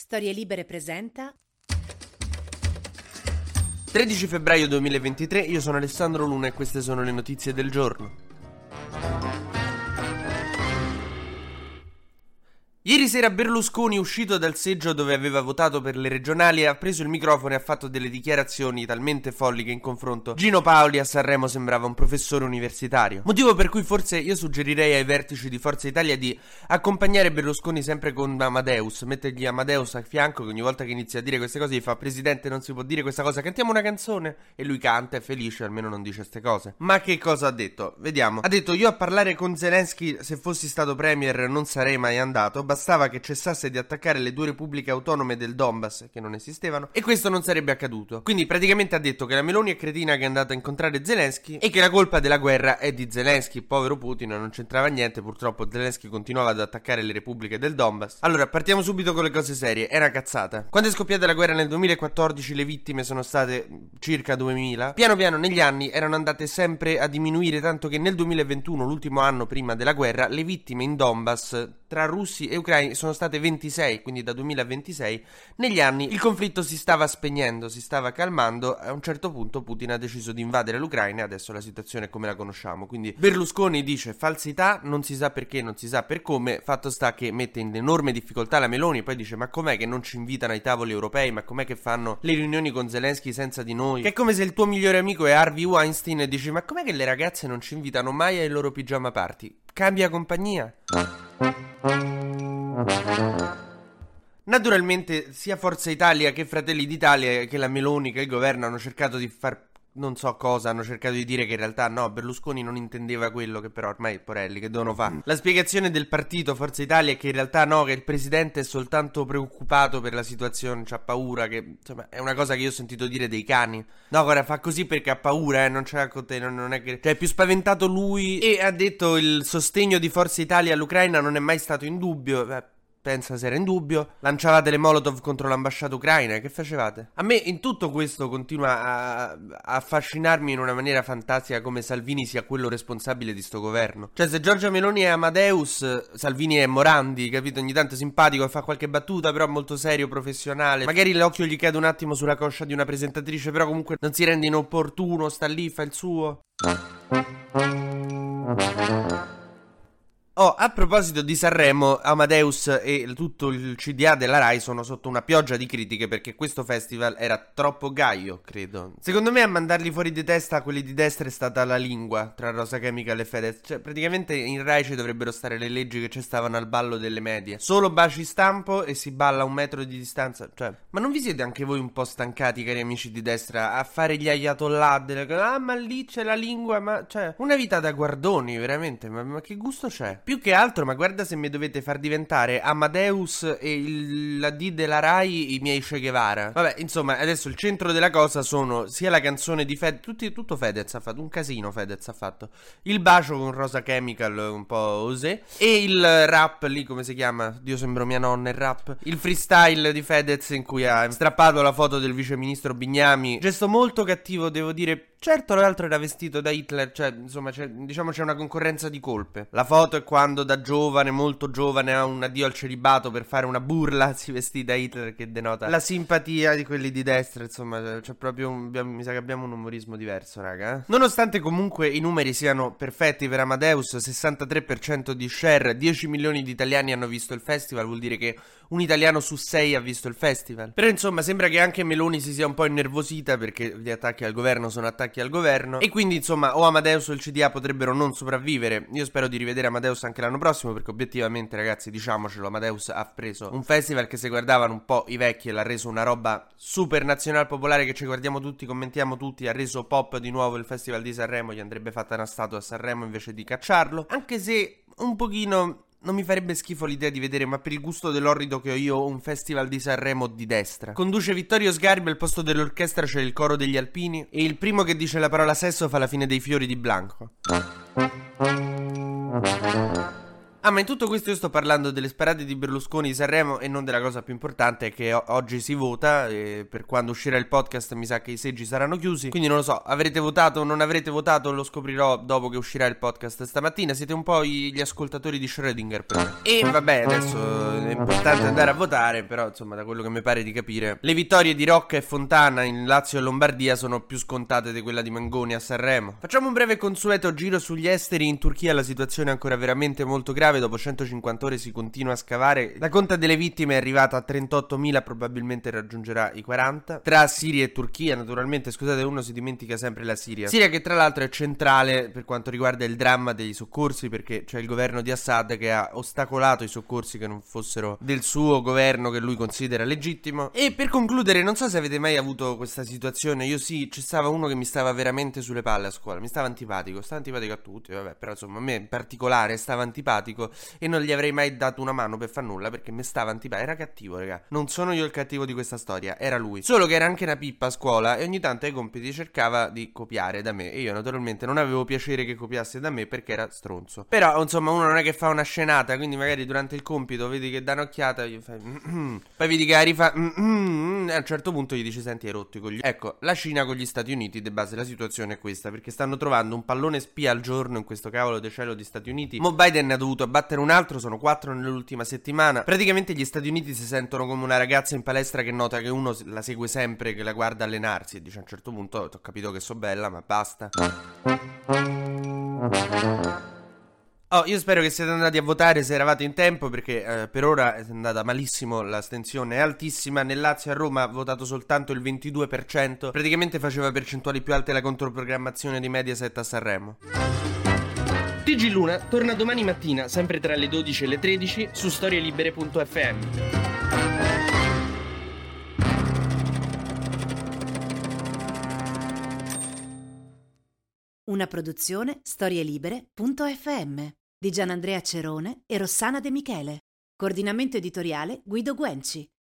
Storie Libere presenta 13 febbraio 2023, io sono Alessandro Luna e queste sono le notizie del giorno. Ieri sera Berlusconi, uscito dal seggio dove aveva votato per le regionali, ha preso il microfono e ha fatto delle dichiarazioni talmente folli che in confronto Gino Paoli a Sanremo sembrava un professore universitario. Motivo per cui forse io suggerirei ai vertici di Forza Italia di accompagnare Berlusconi sempre con Amadeus, mettergli Amadeus a fianco che ogni volta che inizia a dire queste cose gli fa: Presidente, non si può dire questa cosa, cantiamo una canzone. E lui canta, è felice, almeno non dice queste cose. Ma che cosa ha detto? Vediamo. Ha detto: io a parlare con Zelensky, se fossi stato premier non sarei mai andato, bastava che cessasse di attaccare le due repubbliche autonome del Donbass, che non esistevano, e questo non sarebbe accaduto. Quindi praticamente ha detto che la Meloni è cretina che è andata a incontrare Zelensky e che la colpa della guerra è di Zelensky. Povero Putin, non c'entrava niente, purtroppo Zelensky continuava ad attaccare le repubbliche del Donbass. Allora, partiamo subito con le cose serie. È una cazzata. Quando è scoppiata la guerra nel 2014 le vittime sono state circa 2000. Piano piano negli anni erano andate sempre a diminuire, tanto che nel 2021, l'ultimo anno prima della guerra, le vittime in Donbass tra russi e ucraini sono state 26, quindi da 2000 a 26. Negli anni il conflitto si stava spegnendo, si stava calmando. A un certo punto Putin ha deciso di invadere l'Ucraina e adesso la situazione è come la conosciamo. Quindi Berlusconi dice falsità, non si sa perché, non si sa per come. Fatto sta che mette in enorme difficoltà la Meloni, poi dice: ma com'è che non ci invitano ai tavoli europei, ma com'è che fanno le riunioni con Zelensky senza di noi? Che è come se il tuo migliore amico è Harvey Weinstein e dici: ma com'è che le ragazze non ci invitano mai ai loro pigiama party? Cambia compagnia. Naturalmente sia Forza Italia che Fratelli d'Italia che la Meloni che il governo hanno cercato di far non so cosa, hanno cercato di dire che in realtà no, Berlusconi non intendeva quello, che però ormai porelli che devono fare. La spiegazione del partito Forza Italia è che in realtà no, che il presidente è soltanto preoccupato per la situazione, c'ha paura, che insomma è una cosa che io ho sentito dire dei cani. No, guarda, fa così perché ha paura, non ce l'ha con te, non è che... Cioè è più spaventato lui. E ha detto: il sostegno di Forza Italia all'Ucraina non è mai stato in dubbio. Pensa se era in dubbio. Lanciavate le molotov contro l'ambasciata ucraina, che facevate? A me in tutto questo continua a affascinarmi in una maniera fantastica come Salvini sia quello responsabile di sto governo. Cioè, se Giorgia Meloni è Amadeus, Salvini è Morandi, capito? Ogni tanto è simpatico e fa qualche battuta, però molto serio, professionale. Magari l'occhio gli cade un attimo sulla coscia di una presentatrice, però comunque non si rende inopportuno, sta lì, fa il suo. Oh, a proposito di Sanremo, Amadeus e tutto il CDA della Rai sono sotto una pioggia di critiche perché questo festival era troppo gaio, credo. Secondo me a mandarli fuori di testa quelli di destra è stata la lingua tra Rosa Chemical e Fedez. Cioè praticamente in Rai ci dovrebbero stare le leggi che ci stavano al ballo delle medie. Solo baci stampo e si balla a 1 metro di distanza. Cioè, ma non vi siete anche voi un po' stancati, cari amici di destra, a fare gli ayatollah ma lì c'è la lingua, ma cioè una vita da guardoni, veramente, ma che gusto c'è? Più che altro, ma guarda se mi dovete far diventare Amadeus e la D della Rai i miei Che Guevara. Vabbè, insomma, adesso il centro della cosa sono sia la canzone di Fedez, tutto Fedez ha fatto, un casino Fedez ha fatto. Il bacio con Rosa Chemical, un po' osé. E il rap lì, come si chiama? Dio, sembro mia nonna, il rap. Il freestyle di Fedez in cui ha strappato la foto del viceministro Bignami. Gesto molto cattivo, devo dire. Certo, l'altro era vestito da Hitler, cioè, insomma, c'è una concorrenza di colpe. La foto è quando da giovane, molto giovane, ha un addio al celibato per fare una burla, si vestì da Hitler, che denota la simpatia di quelli di destra, insomma, c'è proprio mi sa che abbiamo un umorismo diverso, raga. Nonostante comunque i numeri siano perfetti per Amadeus, 63% di share, 10 milioni di italiani hanno visto il festival, vuol dire che un italiano su 6 ha visto il festival. Però insomma sembra che anche Meloni si sia un po' innervosita perché gli attacchi al governo sono attacchi al governo e quindi insomma o Amadeus o il CDA potrebbero non sopravvivere. Io spero di rivedere Amadeus anche l'anno prossimo perché obiettivamente, ragazzi, diciamocelo, Amadeus ha preso un festival che se guardavano un po' i vecchi e l'ha reso una roba super nazional popolare che ci guardiamo tutti, commentiamo tutti. Ha reso pop di nuovo il festival di Sanremo, gli andrebbe fatta una statua a Sanremo invece di cacciarlo, anche se un pochino non mi farebbe schifo l'idea di vedere, ma per il gusto dell'orrido che ho io, un festival di Sanremo di destra. Conduce Vittorio Sgarbi, al posto dell'orchestra c'è il coro degli alpini e il primo che dice la parola sesso fa la fine dei fiori di Blanco. Ah, ma in tutto questo io sto parlando delle sparate di Berlusconi di Sanremo e non della cosa più importante, che oggi si vota e per quando uscirà il podcast mi sa che i seggi saranno chiusi, quindi non lo so, avrete votato o non avrete votato, lo scoprirò dopo che uscirà il podcast stamattina. Siete un po' gli ascoltatori di Schrödinger per me. E vabbè, adesso è importante andare a votare, però insomma da quello che mi pare di capire le vittorie di Rocca e Fontana in Lazio e Lombardia sono più scontate di quella di Mangoni a Sanremo. Facciamo un breve consueto giro sugli esteri. In Turchia la situazione è ancora veramente molto grave. Dopo 150 ore si continua a scavare. La conta delle vittime è arrivata a 38.000, probabilmente raggiungerà i 40. Tra Siria e Turchia, naturalmente, scusate, uno si dimentica sempre la Siria. Siria che tra l'altro è centrale per quanto riguarda il dramma dei soccorsi, perché c'è il governo di Assad che ha ostacolato i soccorsi che non fossero del suo governo, che lui considera legittimo. E per concludere, non so se avete mai avuto questa situazione. Io sì, c'è stava uno che mi stava veramente sulle palle a scuola. Mi stava antipatico a tutti, vabbè, però insomma a me in particolare stava antipatico e non gli avrei mai dato una mano per far nulla perché mi stava antipatico. Era cattivo, raga. Non sono io il cattivo di questa storia, era lui. Solo che era anche una pippa a scuola e ogni tanto ai compiti cercava di copiare da me e io naturalmente non avevo piacere che copiasse da me perché era stronzo. Però insomma uno non è che fa una scenata, quindi magari durante il compito vedi che dà un'occhiata, gli fai poi vedi che la rifà e a un certo punto gli dici: senti, hai rotto i coglioni. Ecco, la Cina con gli Stati Uniti, de base la situazione è questa, perché stanno trovando un pallone spia al giorno in questo cavolo di cielo di Stati Uniti. Mo Biden ha dovuto abbattere un altro, sono 4 nell'ultima settimana. Praticamente gli Stati Uniti si sentono come una ragazza in palestra che nota che uno la segue sempre, che la guarda allenarsi e dice a un certo punto: ho capito che so bella, ma basta. Oh, io spero che siete andati a votare se eravate in tempo, perché per ora è andata malissimo, l'astensione è altissima. Nel Lazio e a Roma ha votato soltanto il 22%, praticamente faceva percentuali più alte la controprogrammazione di Mediaset a Sanremo. TG Luna torna domani mattina, sempre tra le 12 e le 13, su storielibere.fm. Una produzione storielibere.fm di Gianandrea Cerone e Rossana De Michele. Coordinamento editoriale Guido Guenci.